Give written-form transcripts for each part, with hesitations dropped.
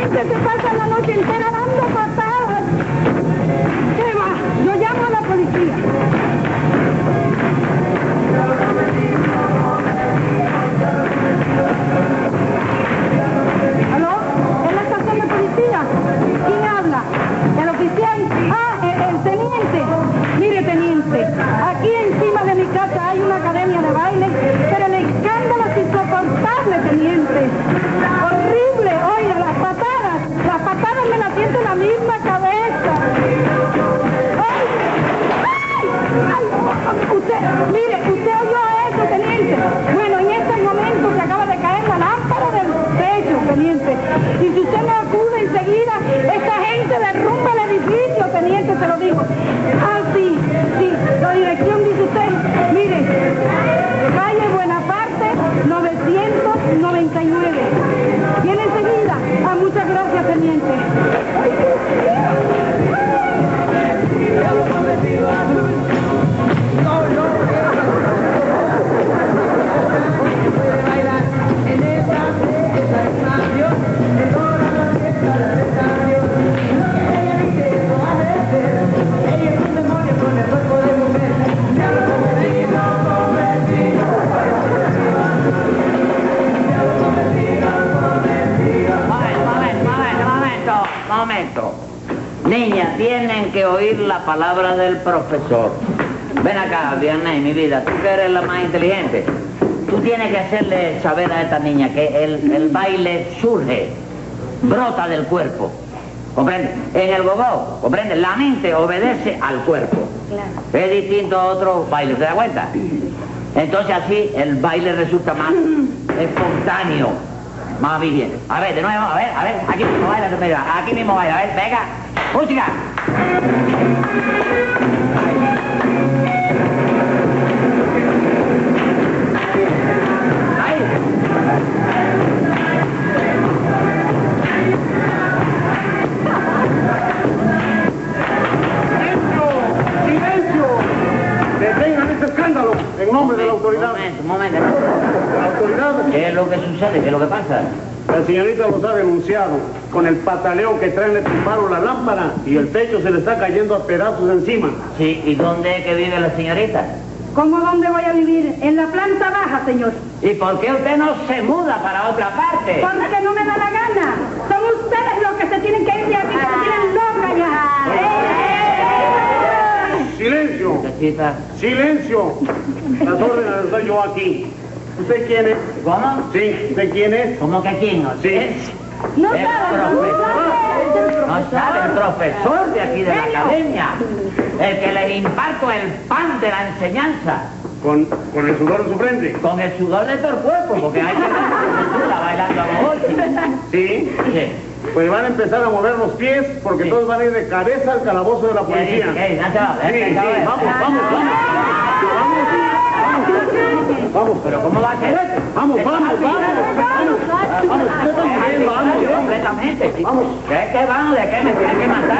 gente se pasa la noche entera dando patadas. ¿Qué va? Yo llamo a la policía. ¿Aló? ¿Es la estación de policía? ¿Quién habla? ¿El oficial? Ah, el teniente. Mire, teniente, aquí encima de mi casa hay una academia de baile, pero el escándalo es insoportable, teniente. Horrible, oiga, las patadas me las siento en la misma cabeza. ¡Ay! ¡Ay! Usted, mire, usted oyó eso, teniente. Bueno, en este momento se acaba de caer la lámpara del techo, teniente. Y si usted no acude enseguida, esta gente derrumba el edificio, teniente, se lo digo. Ah, sí, la dirección dice usted. Mire, calle Buenaparte, 999. ¿Viene enseguida? Ah, muchas gracias, teniente. Momento. Niña, tienen que oír la palabra del profesor. Ven acá, Vianney, mi vida, tú que eres la más inteligente. Tú tienes que hacerle saber a esta niña que el baile surge, brota del cuerpo. ¿Comprende? En el gogó, ¿comprende? La mente obedece al cuerpo. Claro. Es distinto a otros bailes, ¿te das cuenta? Entonces así el baile resulta más espontáneo. Más bien. A ver, de nuevo, a ver, aquí mismo baila, aquí mismo baila, a ver, venga, música. Ahí. ¡Silencio! ¡Detengan este escándalo en nombre de la autoridad! Un momento. La autoridad... ¿Qué es lo que sucede? ¿Qué es lo que pasa? La señorita los ha denunciado. Con el pataleo que traen le tumbaron la lámpara y el techo se le está cayendo a pedazos encima. Sí, ¿y dónde es que vive la señorita? ¿Cómo dónde voy a vivir? En la planta baja, señor. ¿Y por qué usted no se muda para otra parte? Porque no me da la gana. Son ustedes los que se tienen que ir de aquí, que me tienen loca ya. ¡Silencio! Muchachita. ¡Silencio! Las órdenes las doy yo aquí. ¿Usted quién es? ¿Cómo? Sí, ¿usted quién es? ¿Cómo que quién? ¿No? Sí. No El sabe, profesor. No sabe, el profesor de aquí de la academia. El que les imparto el pan de la enseñanza. ¿Con el sudor en su frente? Con el sudor de todo el cuerpo, porque hay que ver la bailando a los ¿Sí? Sí. Pues van a empezar a mover los pies porque Sí. todos van a ir de cabeza al calabozo de la policía. ¿Qué? No se va, Sí, vamos. Vamos, ¿Pero cómo va a ser eso? Vamos. Completamente. Vamos. ¿Qué vamos? ¿De qué me tienen que matar?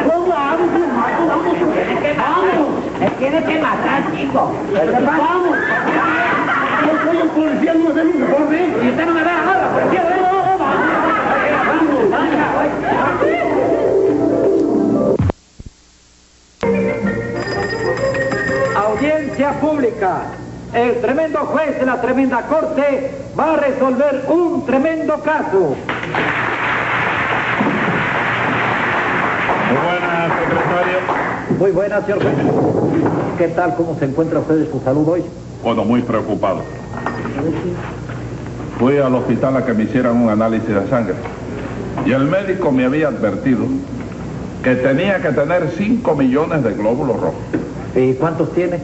Me tienen que matar, chico. Vamos. Yo soy un policía, no me den un uniforme. Y usted no me ve ahora, policía. Audiencia pública. El tremendo juez de la tremenda corte va a resolver un tremendo caso. Muy buenas, secretario. Muy buenas, señor juez. ¿Qué tal? ¿Cómo se encuentra usted de su salud hoy? Bueno, muy preocupado. Fui al hospital a que me hicieran un análisis de sangre. Y el médico me había advertido que tenía que tener 5 millones de glóbulos rojos. ¿Y cuántos tiene?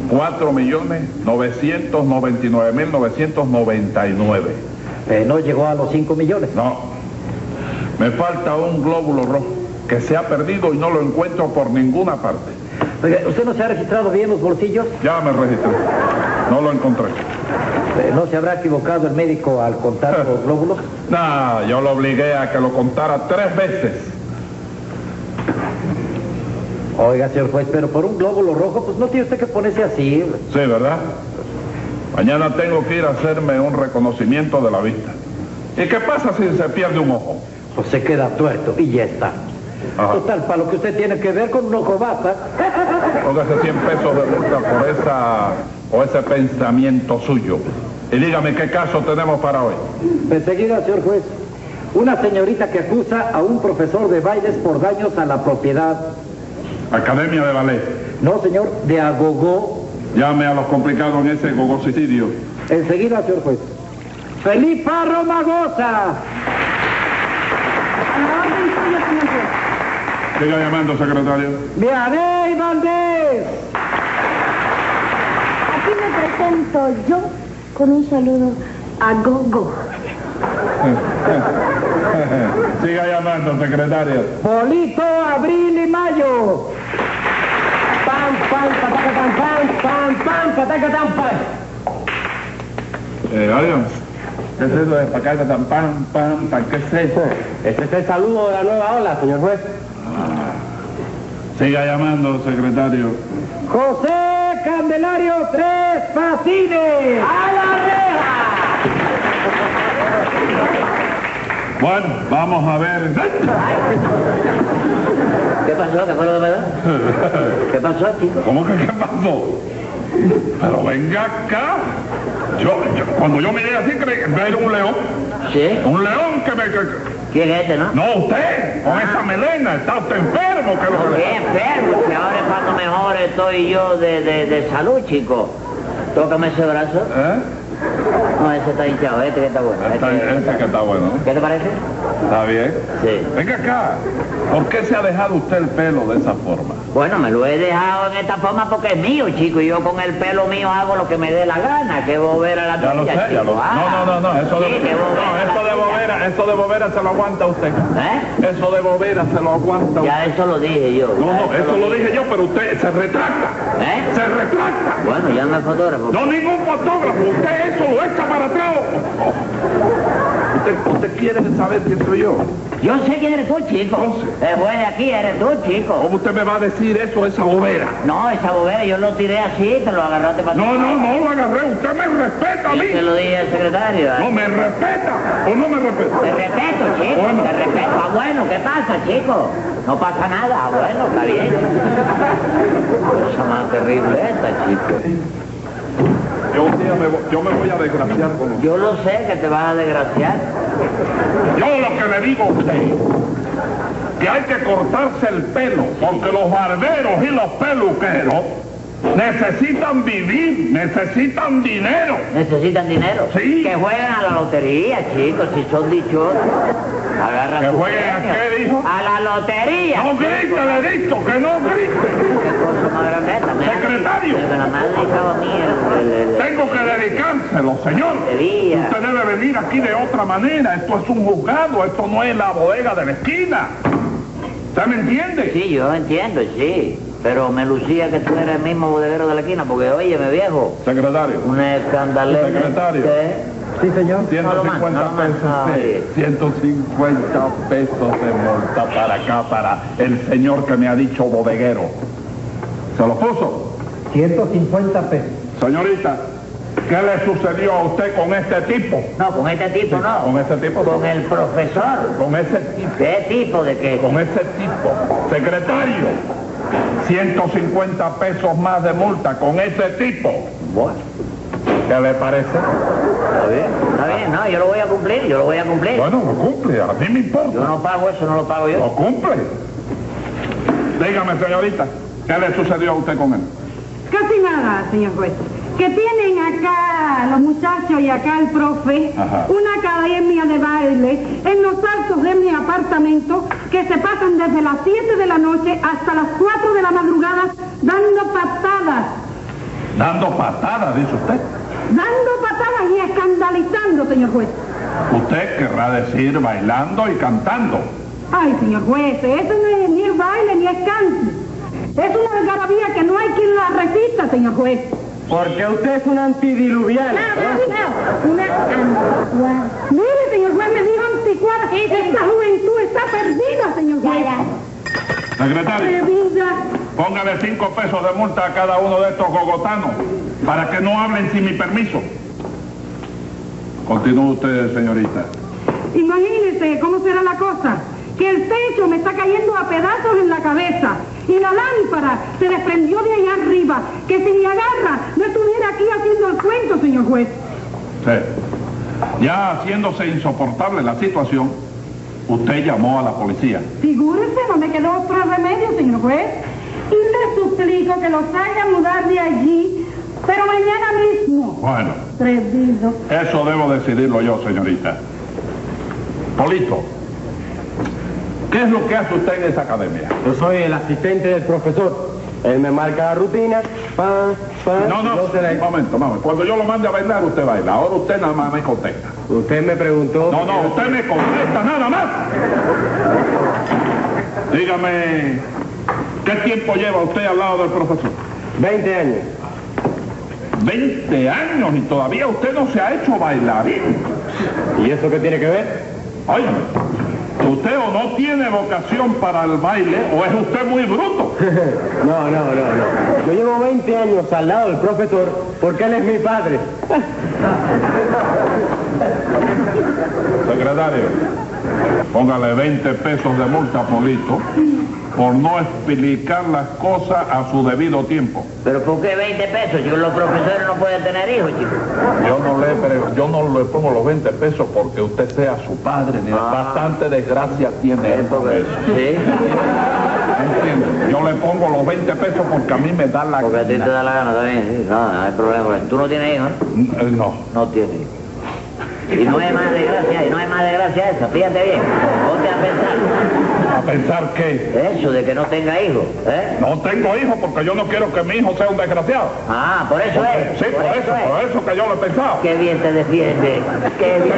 4.999.999. No llegó a los 5 millones. No. Me falta un glóbulo rojo que se ha perdido y no lo encuentro por ninguna parte. Oiga, ¿usted no se ha registrado bien los bolsillos? Ya me registré. No lo encontré. ¿No se habrá equivocado el médico al contar los glóbulos? No, yo lo obligué a que lo contara 3 veces. Oiga, señor juez, pero por un glóbulo rojo, pues no tiene usted que ponerse así. Sí, ¿verdad? Mañana tengo que ir a hacerme un reconocimiento de la vista. ¿Y qué pasa si se pierde un ojo? pues se queda tuerto y ya está. Ajá. Total, para lo que usted tiene que ver con una cobata. Póngase 100 pesos de multa por ese pensamiento suyo. Y dígame qué caso tenemos para hoy. Enseguida, señor juez. Una señorita que acusa a un profesor de bailes por daños a la propiedad. Academia de Ballet. No, señor, de agogó. Llame a los complicados en ese gogocicidio. Enseguida, señor juez. Felipa Romagosa. A la orden suya, señor juez. Siga llamando, secretario. Vianey Valdés. Aquí me presento yo con un saludo a Gogo. Siga llamando, secretario. Polito Abril y Mayo. Pam, pam, pataca, pam, pam, pam, pataca, pam, pam. Oigan, ¿qué es eso de pacata tan pam, pam, tan qué es eso? Este es el saludo de la nueva ola, señor juez. Siga llamando, secretario. José Candelario Tres Patines. ¡A la reja! Bueno, vamos a ver. ¿Qué pasó? ¿Qué fue lo que pasó? ¿Qué pasó, chico? ¿Cómo que qué pasó? Pero venga acá. Cuando yo miré así, creí que era un león. ¿Sí? Un león que me... ¿Quién es este, no? No, usted, con esa melena, está usted enfermo. ¿Qué enfermo? Que ahora es cuando mejor estoy yo de salud, chico. Tócame ese brazo. ¿Eh? No, ese está hinchado, este que está bueno. Ese que está bueno, ¿no? ¿Qué te parece? Está bien. Sí. Venga acá. ¿Por qué se ha dejado usted el pelo de esa forma? Bueno, me lo he dejado en esta forma porque es mío, chico, y yo con el pelo mío hago lo que me dé la gana, que bobera la Ya lo tuya, sé, chico. ya lo sé. No, eso de, Sí, que bobera. eso de bobera se lo aguanta usted. ¿Eh? Eso de bobera se lo aguanta Ya usted. eso lo dije yo. No, eso lo dije yo, pero usted se retracta. ¿Eh? Se retracta. Bueno, llame al fotógrafo. No ningún fotógrafo, usted eso lo echa para atrás. ¿Usted quiere saber quién soy yo? Yo sé quién eres tú, chico. Entonces. El juez de aquí eres tú, chico. ¿Cómo usted me va a decir eso, esa bobera? No, esa bobera yo lo tiré así, te lo agarraste para No lo agarré, usted me respeta a mí. Y te lo dije al secretario. No me respeta o no me respeta. Te respeto, chico, Bueno. te respeto. Ah, bueno, ¿qué pasa, chico? No pasa nada, ah, bueno, está bien. Cosa más terrible esta, chico. Yo me voy a desgraciar con usted. Yo lo sé que te vas a desgraciar. Yo lo que le digo a usted, que hay que cortarse el pelo, porque los barberos y los peluqueros necesitan vivir, necesitan dinero. ¿Necesitan dinero? Sí. Que jueguen a la lotería, chicos, si son dichosos. Agarra ¿Que tu jueguen a premio. qué, dijo? A la lotería. No grite, le he dicho que no grite. Qué cosa más grande esta, me Secretario. Me la madre dedicado a mí, Tengo que dedicárselo, señor. Lotería. Usted debe venir aquí de otra manera. Esto es un juzgado, esto no es la bodega de la esquina. ¿Usted me entiende? Sí, yo entiendo, sí. Pero me lucía que tú eres el mismo bodeguero de la esquina, porque óyeme, viejo, Secretario. un escandalero. Secretario. Sí, señor. 150 no lo pesos, mando, sí, 150 pesos de multa para acá, para el señor que me ha dicho bodeguero. ¿Se lo puso? 150 pesos. Señorita, ¿qué le sucedió a usted con este tipo? No, con este tipo no. Con ese tipo. Con el profesor. Con ese tipo. ¿Qué tipo de qué? Con ese tipo. Secretario, 150 pesos más de multa con ese tipo. Bueno, ¿Qué le parece? está bien, no, yo lo voy a cumplir, Bueno, lo cumple, a mí me importa. Yo no pago eso, no lo pago yo. Lo cumple. Dígame, señorita, ¿qué le sucedió a usted con él? Casi nada, señor juez. Que tienen acá los muchachos y acá el profe Ajá. una academia de baile en los altos de mi apartamento que se pasan desde las 7 de la noche hasta las 4 de la madrugada dando patadas. Dando patadas, dice usted. Dando patadas y escandalizando, señor juez. Usted querrá decir bailando y cantando. Ay, señor juez, eso no es ni es baile ni es canto. Es una algarabía que no hay quien la resista, señor juez. Porque usted es un antidiluviano. Una anticuada. Mire, señor juez, me dijo anticuada. Esta juventud está perdida, señor juez. Secretario, Perdida. póngale 5 pesos de multa a cada uno de estos gogotanos para que no hablen sin mi permiso. Continúe usted, señorita. Imagínese cómo será la cosa. Que el techo me está cayendo a pedazos en la cabeza. Y la lámpara se desprendió de allá arriba. Que si me agarra, no estuviera aquí haciendo el cuento, señor juez. Sí. Ya haciéndose insoportable la situación, usted llamó a la policía. Figúrese, no me quedó otro remedio, señor juez. Y le suplico que los haga mudar de allí, pero mañana mismo. Bueno. Atrevido. Eso debo decidirlo yo, señorita. Polito, ¿qué es lo que hace usted en esa academia? Yo soy el asistente del profesor. Él me marca la rutina. No, un momento. Cuando yo lo mande a bailar, usted baila. Ahora usted nada más me contesta. Usted me preguntó... No, usted me contesta nada más. Dígame, ¿qué tiempo lleva usted al lado del profesor? 20 años. 20 años y todavía usted no se ha hecho bailarín. ¿Y eso qué tiene que ver? Óyame, usted o no tiene vocación para el baile o es usted muy bruto. No. Yo llevo 20 años al lado del profesor porque él es mi padre. Secretario, póngale 20 pesos de multa a Polito por no explicar las cosas a su debido tiempo. ¿Pero por qué 20 pesos? Chicos, los profesores no pueden tener hijos, chicos. Yo no le pongo los 20 pesos porque usted sea su padre, ni bastante desgracia tiene él por eso. ¿Sí? ¿Entiendes? Yo le pongo los 20 pesos porque a mí me da la gana. Porque a ti te da la gana también, sí. No hay problema. ¿Tú no tienes hijos? No. No tienes hijos. Y no es más desgracia esa, fíjate bien. Ponte a pensar. ¿A pensar qué? Eso, de que no tenga hijos, ¿eh? No tengo hijos porque yo no quiero que mi hijo sea un desgraciado. Ah, por eso es. Sí, por eso que yo lo he pensado. Qué bien te defiende. Qué bien.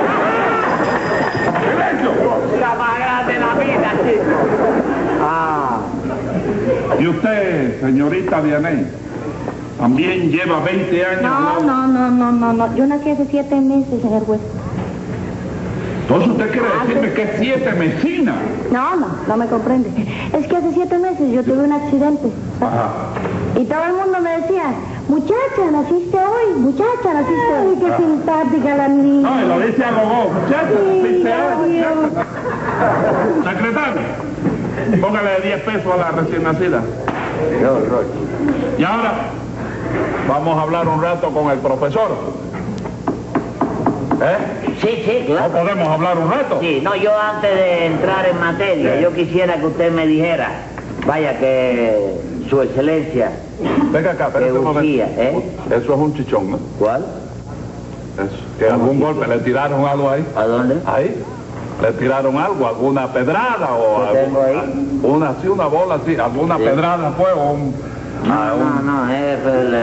¡Silencio! La más grande de la vida, chico. Ah. ¿Y usted, señorita Vianey, también lleva 20 años? No. Yo nací hace 7 meses, señor juez. Entonces usted quiere decirme que es 7 mesinas. No me comprende. Es que hace 7 meses yo tuve un accidente. Ajá. Y todo el mundo me decía, muchacha, naciste hoy, muchacha, naciste hoy. Qué simpática la niña. No, y lo dice a Gogó. Muchacha, Sí, naciste hoy, Dios. muchacha. Secretario, póngale 10 pesos a la recién nacida. Y ahora vamos a hablar un rato con el profesor. Sí, claro. ¿No podemos hablar un rato? Sí, no, yo antes de entrar en materia, yo quisiera que usted me dijera, vaya que su excelencia... Venga acá, espérate un momento. Eso es un chichón, ¿no? ¿Cuál? Eso. ¿Que algún golpe le tiraron algo ahí? ¿A dónde? Ahí. ¿Le tiraron algo? ¿Alguna pedrada o ¿Qué tengo ahí? Una bola así? ¿Alguna pedrada fue o un... No, es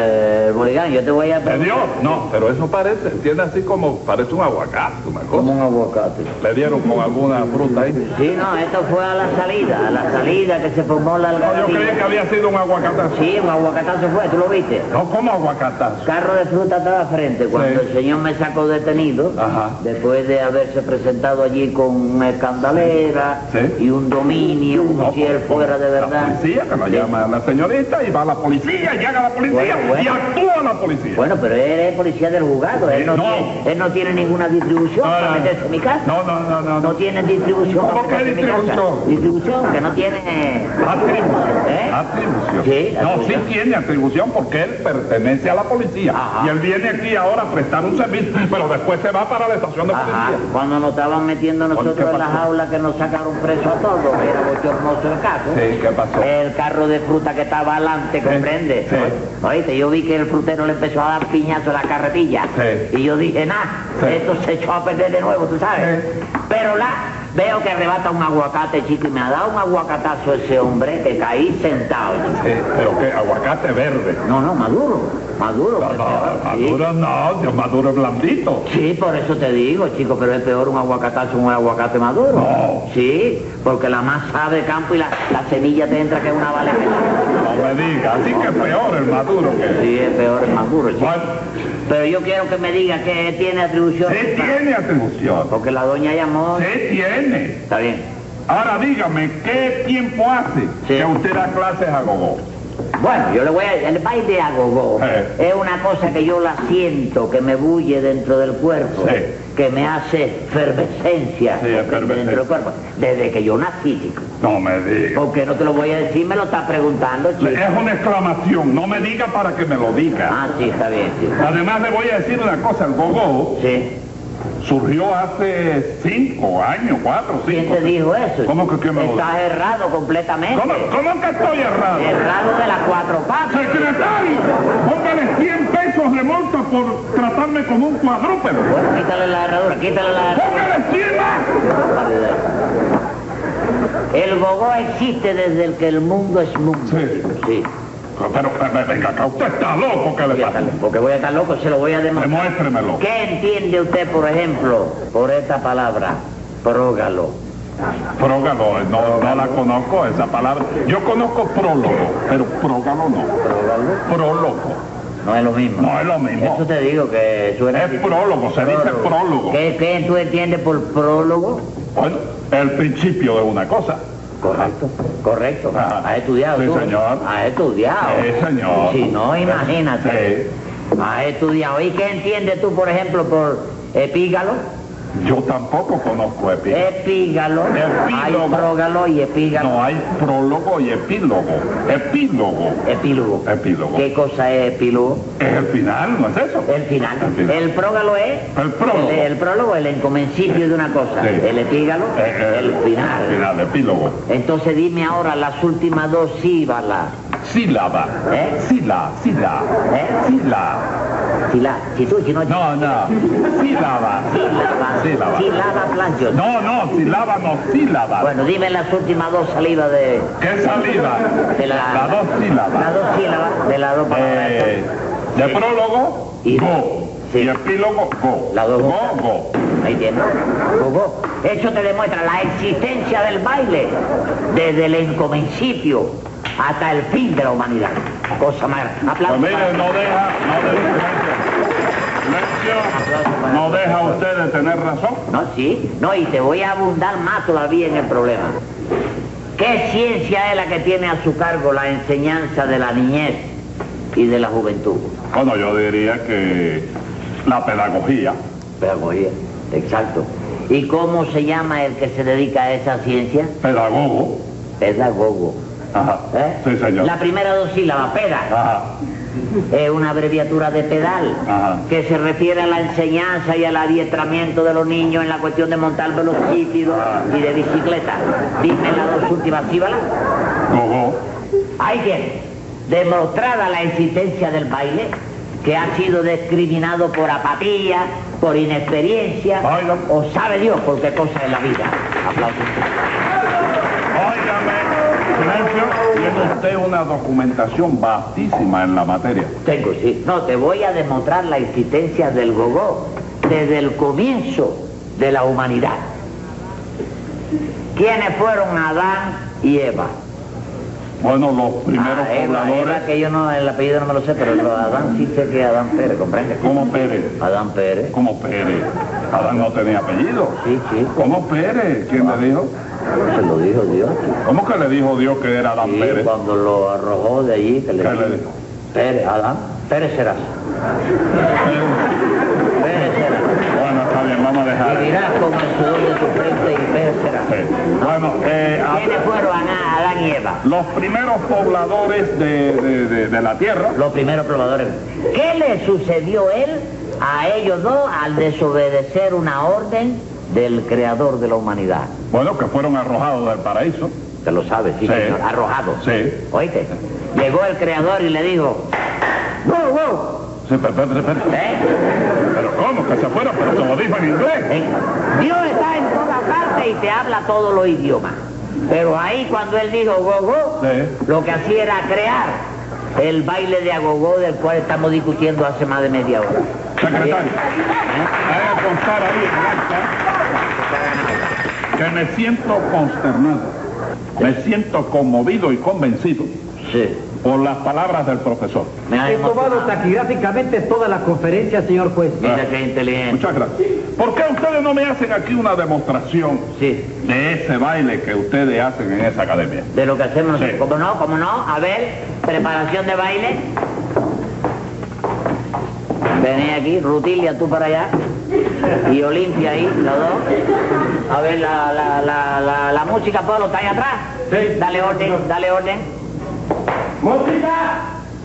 el boligán, yo te voy a... ¿Le dio? No, pero eso parece, tiene así como, parece un aguacate, una cosa. Como un aguacate. ¿Le dieron con alguna fruta ahí? Sí, no, esto fue a la salida que se formó la No, yo algarabía. creí que había sido un aguacatazo. Sí, un aguacatazo fue, ¿tú lo viste? No, ¿cómo aguacatazo? Carro de fruta estaba frente cuando Sí. el señor me sacó detenido, Ajá. después de haberse presentado allí con una escandalera Sí. y un dominio, como No, si él fuera de verdad. La policía, que lo llama a la señorita, y va la policía, y llega la policía, Bueno. y actúa la policía. Bueno, pero él es policía del juzgado, él no tiene ninguna distribución para meterse en mi casa. No. No tiene distribución ¿Cómo para que meterse en mi casa. distribución? Distribución, que no tiene... Atribución. ¿Eh? Atribución. Sí, No, atribución. sí tiene atribución porque él pertenece a la policía. Ajá. Y él viene aquí ahora a prestar un servicio, pero después se va para la estación de Ajá, policía. cuando nos estaban metiendo nosotros ¿Qué en la pasó? jaula que nos sacaron preso a todos, que era bochornoso el caso. Sí, ¿qué pasó? El carro de fruta que estaba adelante, ¿comprende? Sí. Oíste, yo vi que el frutero le empezó a dar piñazo a la carretilla. Sí. Y yo dije, Sí. esto se echó a perder de nuevo, tú sabes. Sí. Pero veo que arrebata un aguacate, chico, y me ha dado un aguacatazo ese hombre que caí sentado. Sí, pero ¿qué? Aguacate verde. No, maduro. Maduro. No, que peor, sí. maduro no, yo maduro es blandito. Sí, por eso te digo, chico, pero es peor un aguacatazo que un aguacate maduro. No. Sí, porque la masa de campo y la semilla te entra que es una vale. No me diga, así que es peor el maduro que... Sí, es peor el maduro, chico. Bueno, Pero yo quiero que me diga que tiene atribución. sí tiene atribución. Porque la doña llamó. Sí tiene. Está bien. Ahora dígame, ¿qué tiempo hace que usted da clases a Gogó? Bueno, yo le voy a... El baile de agogó Sí. es una cosa que yo la siento, que me bulle dentro del cuerpo. Sí. que me hace efervescencia Sí, efervescencia. dentro del cuerpo. Desde que yo nací, chico. No me diga. Porque no te lo voy a decir, me lo estás preguntando, chico. Es una exclamación, no me diga para que me lo diga. Ah, sí, está bien, sí. Además le voy a decir una cosa, el gogó Sí. surgió hace 5 años, 4, 5. ¿Quién te dijo eso? ¿Cómo que quién me lo dijo? Estás errado completamente. ¿Cómo que estoy errado? Errado de las 4 patas. Secretario, póngale 100 pesos de multa por tratarme como un cuadrúpedo. Bueno, quítale la herradura, quítale la herradura. ¡Póngale 100 más! El gogó existe desde el que el mundo es mundo. Sí. Sí. Pero venga acá, usted está loco, ¿qué le pasa? Porque voy a estar loco, se lo voy a demostrar. Demuéstremelo. ¿Qué entiende usted, por ejemplo, por esta palabra? Prógalo. Prógalo, no la conozco esa palabra. Yo conozco prólogo, pero prógalo no. Prólogo. No es lo mismo. No es lo mismo. Eso te digo que suena... Es prólogo, se dice prólogo. ¿Qué tú entiendes por prólogo? Bueno, el principio de una cosa. Correcto, correcto. Ajá. ¿Has estudiado Sí, tú? señor. ¿Has estudiado? Sí, señor. Si no, imagínate. ¿Has estudiado? ¿Y qué entiendes tú, por ejemplo, por epígalo? Yo tampoco conozco epílogo. Epígalo. Hay Epílogo. prógalo y epígalo. No, hay prólogo y epílogo. Epílogo. Epílogo. Epílogo. ¿Qué cosa es epílogo? Es el final, ¿no es eso? El final. El final. El prógalo es... El prólogo. El prólogo, el encomencipio de una cosa. Sí. El epígalo, el final. Final, epílogo. Entonces dime ahora las últimas 2 sílabas. Sílaba. ¿Eh? Síla. ¿Eh? Síla. Si no... No. Sílaba. Sílaba. Sílaba plagio. No, sílaba no, sílaba. Bueno, dime las últimas 2 salidas de... ¿Qué salida? De la- Las 2 sílabas. Las 2 sílabas de las 2 palabras. De prólogo, Y- go. sí. Y epílogo, go. Las dos Go, juntas. go. Ahí tienes. Gogó. Eso te demuestra la existencia del baile desde el encomencipio hasta el fin de la humanidad. Cosa más. Pues Aplausos. mire, no deja usted de tener razón. No, sí. No, y te voy a abundar más todavía en el problema. ¿Qué ciencia es la que tiene a su cargo la enseñanza de la niñez y de la juventud? Bueno, yo diría que la pedagogía. Pedagogía. Exacto. ¿Y cómo se llama el que se dedica a esa ciencia? Pedagogo. Pedagogo. Ajá. ¿Eh? Sí, señor. La primera 2 sílabas, peda. Ajá. Es una abreviatura de pedal, Ajá. que se refiere a la enseñanza y al adiestramiento de los niños en la cuestión de montar velocípedos y de bicicleta. Dime las 2 últimas sílabas. Gogo. Hay que demostrar la existencia del baile, que ha sido discriminado por apatía, por inexperiencia, Oiga. o sabe Dios por qué cosa es la vida. Aplausos. Óigame, silencio, tiene usted una documentación vastísima en la materia. Tengo, sí. No, te voy a demostrar la existencia del gogó desde el comienzo de la humanidad. ¿Quiénes fueron Adán y Eva? Bueno, los primeros Eva, pobladores. que yo no, el apellido no me lo sé, pero Adán sí sé que es Adán Pérez, ¿comprende? ¿Cómo Pérez? Adán Pérez. ¿Cómo Pérez? Adán no tenía apellido. Sí, sí. ¿Cómo Pérez? ¿Quién le dijo? Se lo dijo Dios. ¿Cómo que le dijo Dios que era Adán Sí, Pérez? cuando lo arrojó de allí, que le ¿Qué dijo, le dijo? Pérez, Adán, Pérez serás. Pérez serás. Bueno, está bien, vamos a dejar. Vivirás con el sudor de tu frente y Pérez serás. Sí. Bueno, ¿Quiénes fueron Adán y Eva? los primeros pobladores de la tierra. Los primeros probadores. ¿Qué le sucedió él a ellos dos al desobedecer una orden del creador de la humanidad? Bueno, que fueron arrojados del paraíso. Te lo sabes, sí, Sí. señor. Arrojado. Sí. Oíste. Llegó el creador y le dijo, ¡wow, wow! Sí, espera. ¿Eh? Pero ¿cómo? Que se fueron, pero se lo dijo en inglés. Dios está en toda parte y te habla todos los idiomas. Pero ahí cuando él dijo gogó, Sí. lo que hacía era crear el baile de agogó del cual estamos discutiendo hace más de media hora. Secretario, ¿Eh? haga constar ahí en el acta que me siento consternado, me siento conmovido y convencido Sí. por las palabras del profesor. Me ha He tomado emocionado. taquigráficamente toda la conferencia, señor juez. Mira qué inteligente. Muchas gracias. ¿Por qué ustedes no me hacen aquí una demostración Sí. de ese baile que ustedes hacen en esa academia? De lo que hacemos nosotros. Sí. ¿Cómo no? A ver, preparación de baile. Vení aquí, Rutilia, tú para allá. Y Olimpia ahí, los dos. A ver, la música, Pablo, ¿está ahí atrás? Sí. Dale orden, dale orden. ¡Música!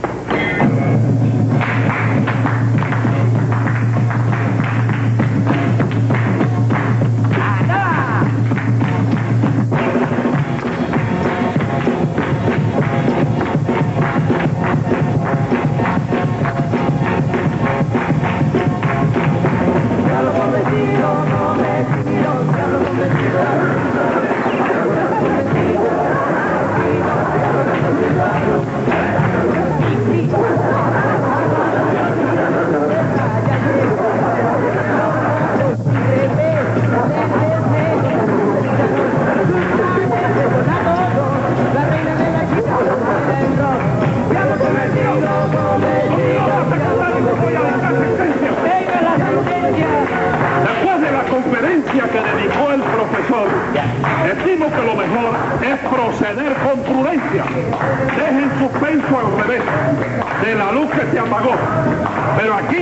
Después de la conferencia que dedicó el profesor, estimo que lo mejor es proceder con prudencia. Dejen suspenso al revés de la luz que se apagó. Pero aquí